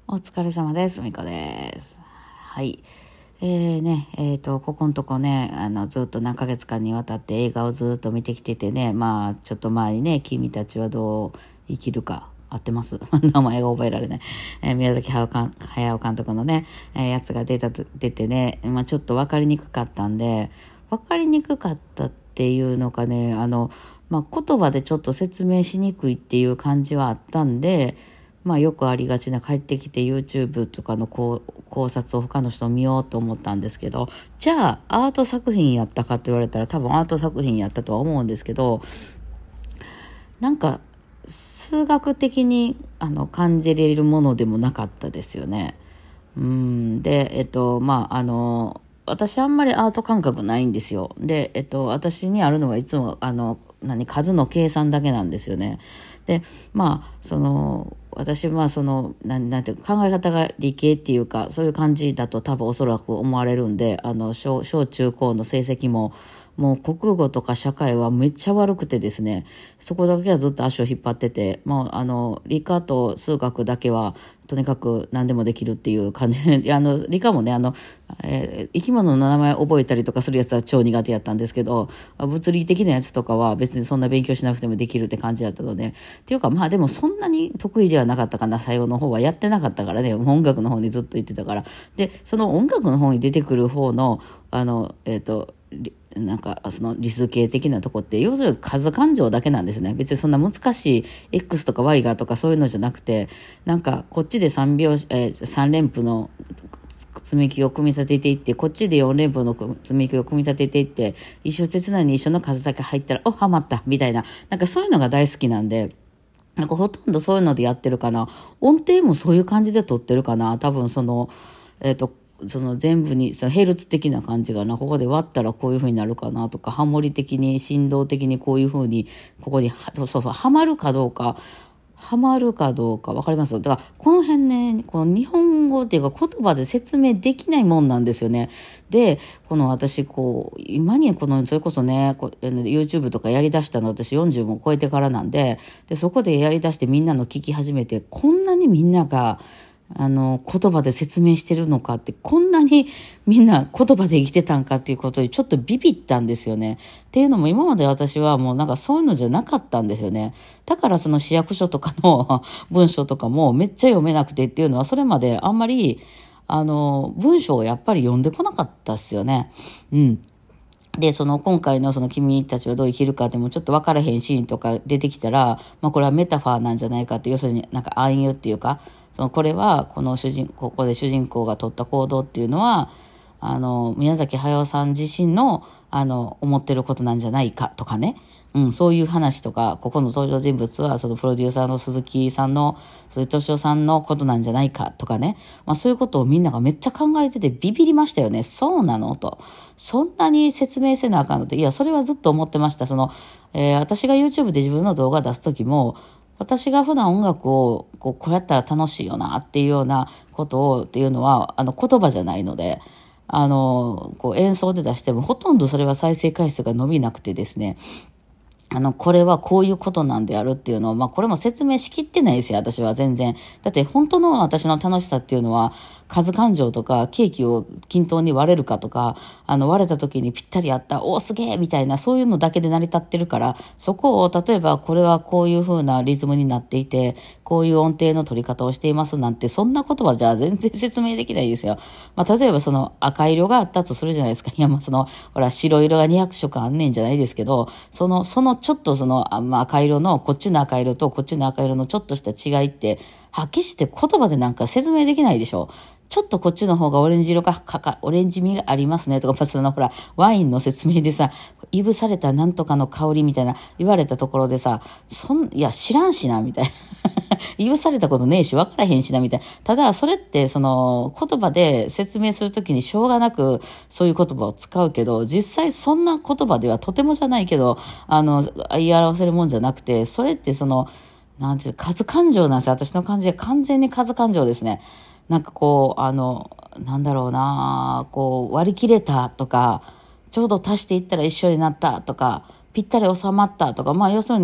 お疲れ様です。みこです。はい。ここのとこね、ずっと何ヶ月間にわたって映画をずっと見てきててね、ちょっと前にね、君たちはどう生きるか、合ってます名前が覚えられない。宮崎駿監督のね、やつが出てね、ちょっと分かりにくかったんで、分かりにくかったっていうのかね、言葉でちょっと説明しにくいっていう感じはあったんで、よくありがちな帰ってきて YouTube とかの考察を他の人見ようと思ったんですけど、じゃあアート作品やったかと言われたら多分アート作品やったとは思うんですけど、なんか数学的に感じれるものでもなかったですよね。で、私あんまりアート感覚ないんですよ。で、私にあるのはいつも数の計算だけなんですよね。で、私はなんていうか考え方が理系っていうか、そういう感じだと多分おそらく思われるんで、小中高の成績も、もう国語とか社会はめっちゃ悪くてですね、そこだけはずっと足を引っ張ってて、理科と数学だけはとにかく何でもできるっていう感じで、理科もね、生き物の名前覚えたりとかするやつは超苦手やったんですけど、物理的なやつとかは別にそんな勉強しなくてもできるって感じだったので、っていうかでもそんなに得意ではなかったかな、最後の方はやってなかったからね、音楽の方にずっと行ってたから。で、その音楽の方に出てくる方の、その理数系的なとこって要するに数感情だけなんですね。別にそんな難しい X とか Y がとかそういうのじゃなくて、こっちで3連符の積み木を組み立てていって、こっちで4連符の積み木を組み立てていって、一緒切ないに一緒の数だけ入ったらハマったみたいな、そういうのが大好きなんで、ほとんどそういうのでやってるかな。音程もそういう感じで撮ってるかな。多分その全部にヘルツ的な感じがな、ここで割ったらこういう風になるかなとか、ハモリ的に振動的にこういう風にここにはまるかどうか分かります？だからこの辺ね、この日本語っていうか言葉で説明できないもんなんですよね。で、私今にそれこそね、YouTube とかやりだしたの私40も超えてからなんで、そこでやりだしてみんなの聞き始めて、こんなにみんなが言葉で説明してるのかって、こんなにみんな言葉で生きてたんかっていうことにちょっとビビったんですよね。っていうのも今まで私はもうそういうのじゃなかったんですよね。だからその市役所とかの文章とかもめっちゃ読めなくてっていうのは、それまであんまり文章をやっぱり読んでこなかったっすよね。で、今回の君たちはどう生きるかでもちょっと分からへんシーンとか出てきたら、これはメタファーなんじゃないかって、要するに暗喩っていうか、これはここで主人公が取った行動っていうのは、宮崎駿さん自身の、思ってることなんじゃないかとかね。そういう話とか、ここの登場人物は、プロデューサーの鈴木さんの、鈴木敏夫さんのことなんじゃないかとかね。そういうことをみんながめっちゃ考えててビビりましたよね。そうなのと。そんなに説明せなあかんのって。いや、それはずっと思ってました。私が YouTube で自分の動画出すときも、私が普段音楽をこうやったら楽しいよなっていうようなことをっていうのは言葉じゃないので、演奏で出してもほとんどそれは再生回数が伸びなくてですね、これはこういうことなんであるっていうのを、これも説明しきってないですよ、私は全然。だって本当の私の楽しさっていうのは、数感情とか、ケーキを均等に割れるかとか、割れた時にぴったりあった、おーすげーみたいな、そういうのだけで成り立ってるから、そこを、例えばこれはこういう風なリズムになっていて、こういう音程の取り方をしていますなんて、そんな言葉じゃ全然説明できないですよ。例えば赤色があったとするじゃないですか。いや、ほら、白色が200色あんねんじゃないですけど、ちょっと赤色の、こっちの赤色とこっちの赤色のちょっとした違いって、はっきりして言葉で説明できないでしょ。ちょっとこっちの方がオレンジ色オレンジ味がありますねとか、ほら、ワインの説明でさ、いぶされたなんとかの香りみたいな言われたところでさ、いや、知らんしな、みたいな。いぶされたことねえし、わからへんしな、みたいな。ただ、それって、言葉で説明するときにしょうがなく、そういう言葉を使うけど、実際そんな言葉ではとてもじゃないけど、言い表せるもんじゃなくて、それってなんていう数感情なんですよ。私の感じで完全に数感情ですね。なんだろうな、割り切れたとか、ちょうど足していったら一緒になったとか、ぴったり収まったとか、要するに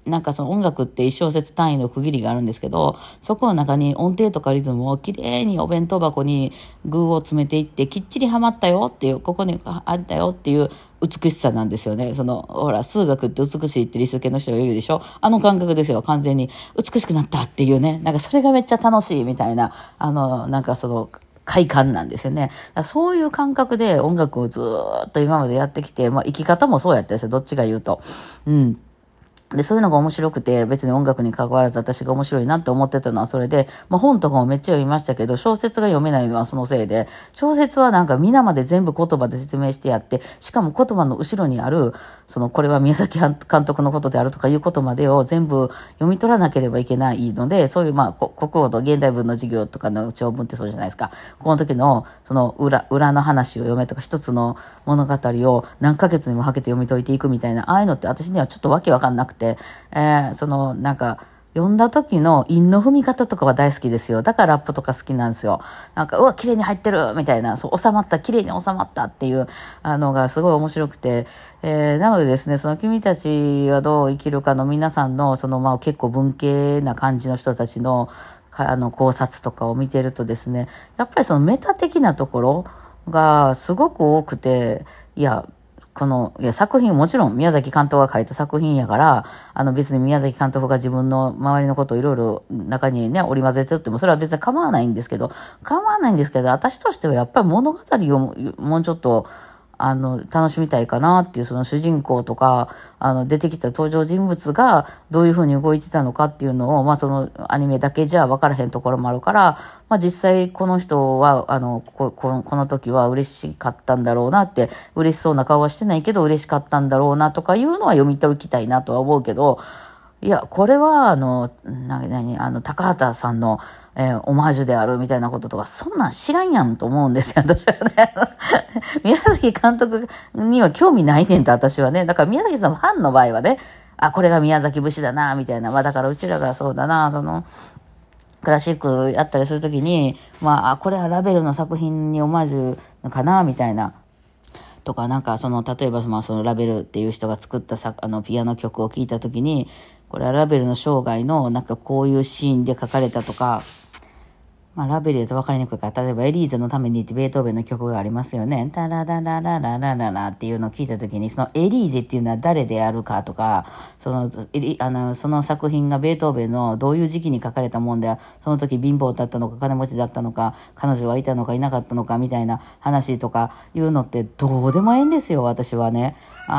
なんかその音楽って一小節単位の区切りがあるんですけど、そこの中に音程とかリズムをきれいにお弁当箱に具を詰めていって、きっちりはまったよっていう、ここにあったよっていう美しさなんですよね。ほら、数学って美しいって理数系の人が言うでしょ。あの感覚ですよ、完全に。美しくなったっていうね。なんかそれがめっちゃ楽しいみたいな、なんか快感なんですよね。そういう感覚で音楽をずーっと今までやってきて、まあ生き方もそうやったですよ、どっちが言うと。うん。で、そういうのが面白くて、別に音楽に関わらず私が面白いなって思ってたのはそれで、まあ本とかもめっちゃ読みましたけど、小説が読めないのはそのせいで、小説はなんか皆まで全部言葉で説明してやって、しかも言葉の後ろにある、これは宮崎監督のことであるとかいうことまでを全部読み取らなければいけないので、そういうまあ国語と現代文の授業とかの長文ってそうじゃないですか。この時の裏の話を読めとか、一つの物語を何ヶ月にもかけて読み解いていくみたいな、ああいうのって私にはちょっとわけわかんなくて、なんか、読んだ時の韻の踏み方とかは大好きですよ。だからラップとか好きなんですよ。なんか、うわ、綺麗に入ってるみたいな、収まった、綺麗に収まったっていうのがすごい面白くて、なのでですね、君たちはどう生きるかの皆さんの、まあ結構文系な感じの人たちの、考察とかを見てるとですね、やっぱりメタ的なところがすごく多くて、いや、作品、もちろん宮崎監督が書いた作品やから、別に宮崎監督が自分の周りのことをいろいろ中にね、織り交ぜてっても、それは別に構わないんですけど、私としてはやっぱり物語をもうちょっと、楽しみたいかなっていう、主人公とか、出てきた登場人物がどういうふうに動いてたのかっていうのを、まあアニメだけじゃ分からへんところもあるから、まあ実際この人は、この時は嬉しかったんだろうなって、嬉しそうな顔はしてないけど嬉しかったんだろうなとかいうのは読み取りたいなとは思うけど、いや、これは、高畑さんの、オマージュであるみたいなこととか、そんなん知らんやんと思うんですよ、私はね。宮崎監督には興味ないねんと、私はね。だから宮崎さんのファンの場合はね、これが宮崎節だな、みたいな。まあだからうちらがそうだな、クラシックやったりするときに、まあ、これはラベルの作品にオマージュかな、みたいな。とか、なんか例えばラベルっていう人が作ったピアノ曲を聴いたときに、これはラベルの生涯のなんかこういうシーンで書かれたとか、まあラベルだと分かりにくいから、例えばエリーゼのためにってベートーベンの曲がありますよね。タララララララララっていうのを聞いたときに、そのエリーゼっていうのは誰であるかとか、その作品がベートーベンのどういう時期に書かれたもんで、その時貧乏だったのか金持ちだったのか、彼女はいたのかいなかったのかみたいな話とかいうのってどうでもええんですよ、私はね。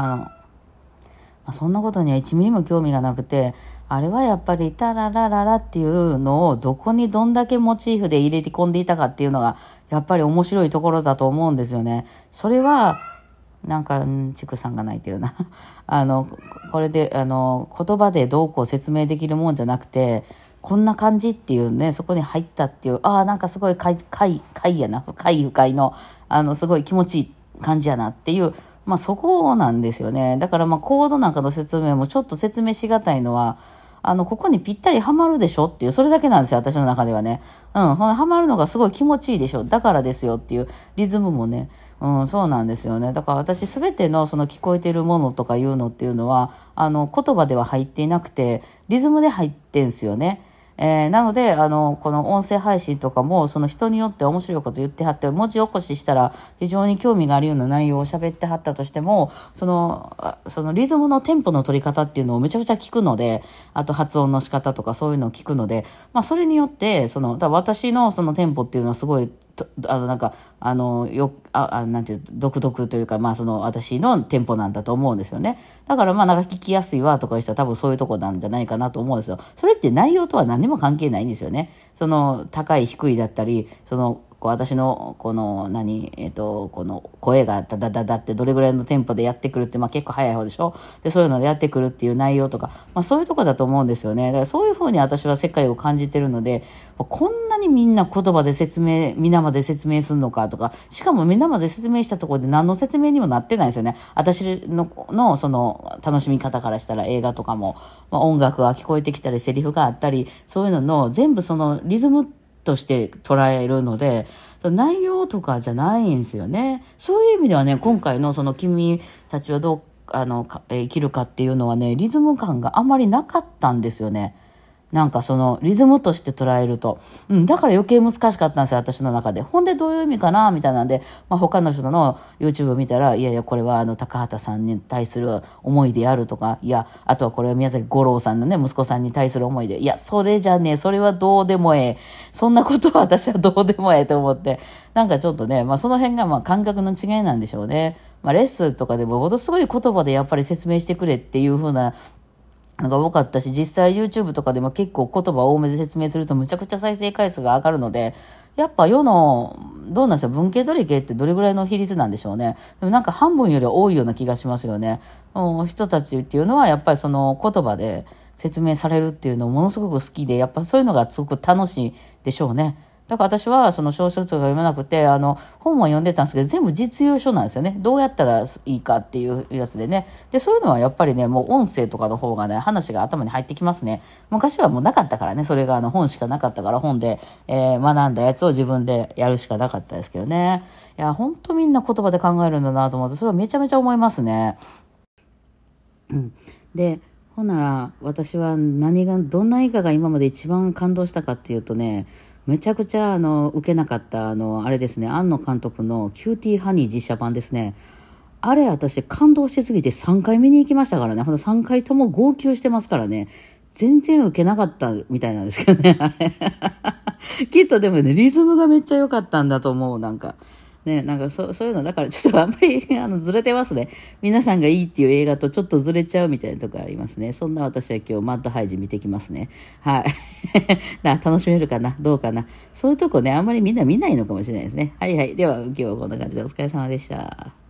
そんなことには1ミリも興味がなくて、あれはやっぱりタララララっていうのをどこにどんだけモチーフで入れて込んでいたかっていうのがやっぱり面白いところだと思うんですよね。それはなんか畜産が泣いてるなこれで言葉でどうこう説明できるもんじゃなくて、こんな感じっていうね、そこに入ったっていう、なんかすごい快やな、快のすごい気持ちいい感じやなっていう、まあそこなんですよね。だからまあコードなんかの説明もちょっと説明しがたいのは、ここにぴったりはまるでしょっていう、それだけなんですよ、私の中ではね。はまるのがすごい気持ちいいでしょ。だからですよっていう、リズムもね、そうなんですよね。だから私すべての聞こえているものとかいうのっていうのは、言葉では入っていなくて、リズムで入ってんすよね。なので、この音声配信とかも、人によって面白いこと言ってはって、文字起こししたら非常に興味があるような内容を喋ってはったとしても、そのリズムのテンポの取り方っていうのをめちゃくちゃ聞くので、あと発音の仕方とかそういうのを聞くので、まあそれによって、私のテンポっていうのはすごい、なんか、なんていう、独特というか、まあ私のテンポなんだと思うんですよね。だからまあなんか聞きやすいわとかいう人は多分そういうとこなんじゃないかなと思うんですよ。それって内容とは何も関係ないんですよね。高い低いだったり、私のこの声がダダダダってどれぐらいのテンポでやってくるって、まあ結構早い方でしょ。で、そういうのでやってくるっていう内容とか、まあそういうとこだと思うんですよね。だからそういうふうに私は世界を感じてるので、こんなにみんな言葉で皆まで説明するのかとか、しかも皆まで説明したところで何の説明にもなってないですよね。私の楽しみ方からしたら映画とかも、まあ、音楽が聞こえてきたりセリフがあったり、そういうのの全部リズムとして捉えるので、内容とかじゃないんですよね。そういう意味ではね、今回の君たちはどう生きるかっていうのはね、リズム感があんまりなかったんですよね。なんかそのリズムとして捉えると、だから余計難しかったんですよ、私の中で。ほんでどういう意味かなみたいなんで、他の人の YouTube を見たら、いやいやこれは高畑さんに対する思いであるとか、いやあとはこれは宮崎五郎さんのね息子さんに対する思いで、いやそれじゃねえ、それはどうでもええ、そんなことは私はどうでもええと思って、なんかちょっとね、その辺が感覚の違いなんでしょうね。レッスンとかでもものすごい言葉でやっぱり説明してくれっていう風なのが多かったし、実際 YouTube とかでも結構言葉多めで説明するとむちゃくちゃ再生回数が上がるので、やっぱ世の、どうなんですよ、文系ど理系ってどれぐらいの比率なんでしょうね。でもなんか半分よりは多いような気がしますよね。人たちっていうのはやっぱりその言葉で説明されるっていうのをものすごく好きで、やっぱそういうのがすごく楽しいでしょうね。だから私はその小説とか読めなくて、本は読んでたんですけど、全部実用書なんですよね。どうやったらいいかっていうやつでね。で、そういうのはやっぱりね、もう音声とかの方がね、話が頭に入ってきますね。昔はもうなかったからね、それが本しかなかったから本で、学んだやつを自分でやるしかなかったですけどね。いや、ほんとみんな言葉で考えるんだなと思って、それはめちゃめちゃ思いますね。で、ほんなら私はどんな映画が今まで一番感動したかっていうとね、めちゃくちゃ受けなかったあれですね、庵野監督のキューティーハニー実写版ですね。あれ私感動しすぎて3回見に行きましたからね。ほんと3回とも号泣してますからね。全然受けなかったみたいなんですけどね、あれ。きっとでもね、リズムがめっちゃ良かったんだと思う、なんか。ね、なんかそういうの、だからちょっとあんまりずれてますね。皆さんがいいっていう映画とちょっとずれちゃうみたいなところありますね。そんな私は今日マッドハイジ見てきますね。はい。楽しめるかなどうかな、そういうとこね、あんまりみんな見ないのかもしれないですね。はいはい。では今日はこんな感じでお疲れ様でした。